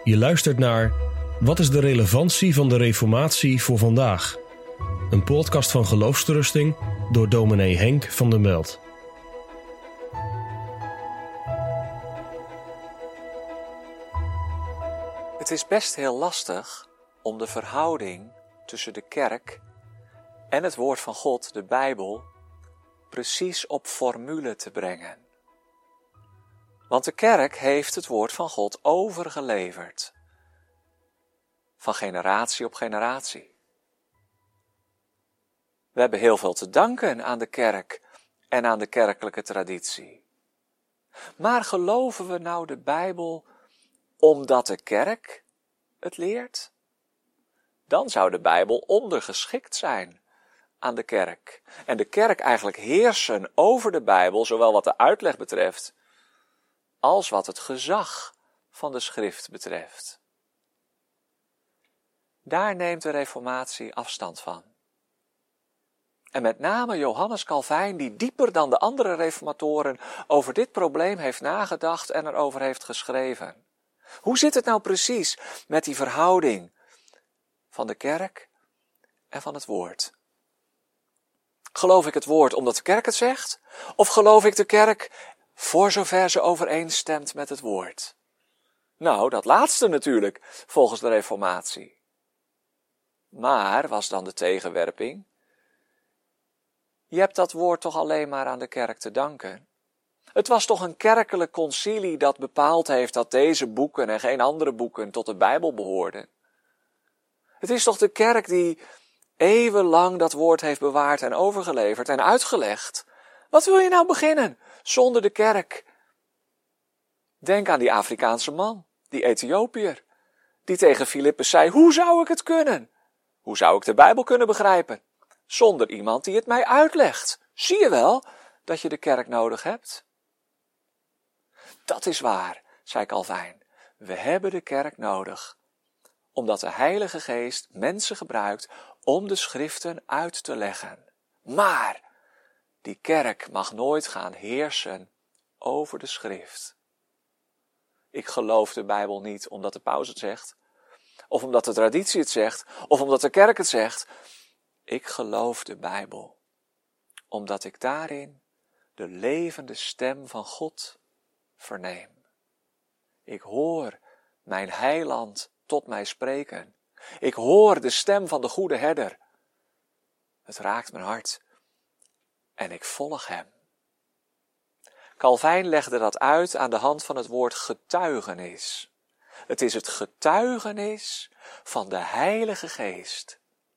Je luistert naar Wat is de relevantie van de Reformatie voor vandaag? Een podcast van Geloofsterusting door dominee Henk van der Meld. Het is best heel lastig om de verhouding tussen de kerk en het woord van God, de Bijbel, precies op formule te brengen. Want de kerk heeft het woord van God overgeleverd. Van generatie op generatie. We hebben heel veel te danken aan de kerk en aan de kerkelijke traditie. Maar geloven we nou de Bijbel omdat de kerk het leert? Dan zou de Bijbel ondergeschikt zijn aan de kerk. En de kerk eigenlijk heersen over de Bijbel, zowel wat de uitleg betreft, als wat het gezag van de schrift betreft. Daar neemt de Reformatie afstand van. En met name Johannes Calvijn, die dieper dan de andere reformatoren over dit probleem heeft nagedacht en erover heeft geschreven. Hoe zit het nou precies met die verhouding van de kerk en van het woord? Geloof ik het woord omdat de kerk het zegt? Of geloof ik de kerk voor zover ze overeenstemt met het woord? Nou, dat laatste natuurlijk, volgens de Reformatie. Maar, was dan de tegenwerping, je hebt dat woord toch alleen maar aan de kerk te danken. Het was toch een kerkelijk concilie dat bepaald heeft dat deze boeken en geen andere boeken tot de Bijbel behoorden. Het is toch de kerk die eeuwenlang dat woord heeft bewaard en overgeleverd en uitgelegd. Wat wil je nou beginnen zonder de kerk? Denk aan die Afrikaanse man, die Ethiopiër, die tegen Filippus zei, hoe zou ik het kunnen? Hoe zou ik de Bijbel kunnen begrijpen? Zonder iemand die het mij uitlegt. Zie je wel dat je de kerk nodig hebt? Dat is waar, zei Calvijn. We hebben de kerk nodig, omdat de Heilige Geest mensen gebruikt om de schriften uit te leggen. Maar die kerk mag nooit gaan heersen over de schrift. Ik geloof de Bijbel niet omdat de paus het zegt, of omdat de traditie het zegt, of omdat de kerk het zegt. Ik geloof de Bijbel, omdat ik daarin de levende stem van God verneem. Ik hoor mijn heiland tot mij spreken. Ik hoor de stem van de goede herder. Het raakt mijn hart en ik volg hem. Calvijn legde dat uit aan de hand van het woord getuigenis. Het is het getuigenis van de Heilige Geest.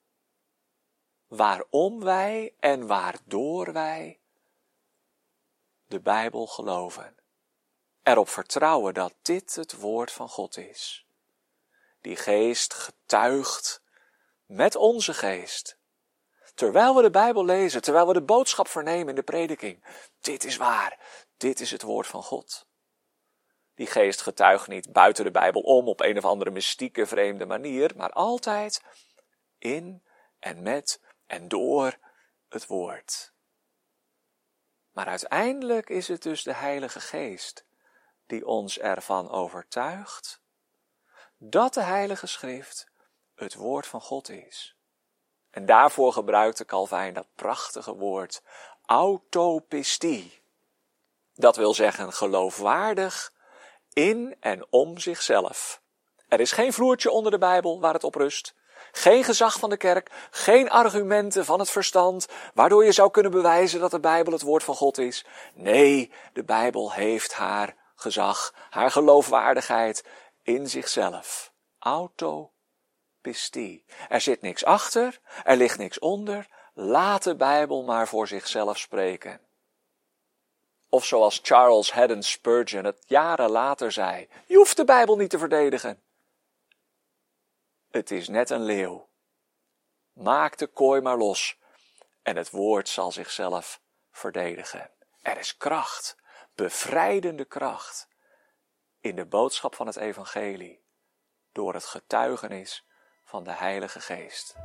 Waarom wij en waardoor wij de Bijbel geloven. Erop vertrouwen dat dit het woord van God is. Die geest getuigt met onze geest. Terwijl we de Bijbel lezen, terwijl we de boodschap vernemen in de prediking. Dit is waar, dit is het woord van God. Die geest getuigt niet buiten de Bijbel om op een of andere mystieke vreemde manier, maar altijd in en met en door het woord. Maar uiteindelijk is het dus de Heilige Geest die ons ervan overtuigt dat de Heilige Schrift het woord van God is. En daarvoor gebruikte Calvijn dat prachtige woord autopistie. Dat wil zeggen geloofwaardig in en om zichzelf. Er is geen vloertje onder de Bijbel waar het op rust. Geen gezag van de kerk, geen argumenten van het verstand, waardoor je zou kunnen bewijzen dat de Bijbel het woord van God is. Nee, de Bijbel heeft haar gezag, haar geloofwaardigheid in zichzelf. Autopistie. Er zit niks achter, er ligt niks onder, laat de Bijbel maar voor zichzelf spreken. Of zoals Charles Haddon Spurgeon het jaren later zei, je hoeft de Bijbel niet te verdedigen. Het is net een leeuw. Maak de kooi maar los en het woord zal zichzelf verdedigen. Er is kracht, bevrijdende kracht, in de boodschap van het evangelie, door het getuigenis van de Heilige Geest.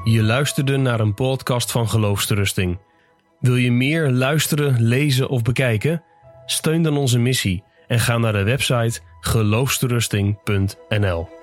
Je luisterde naar een podcast van Geloofsterusting. Wil je meer luisteren, lezen of bekijken? Steun dan onze missie en ga naar de website geloofsterusting.nl.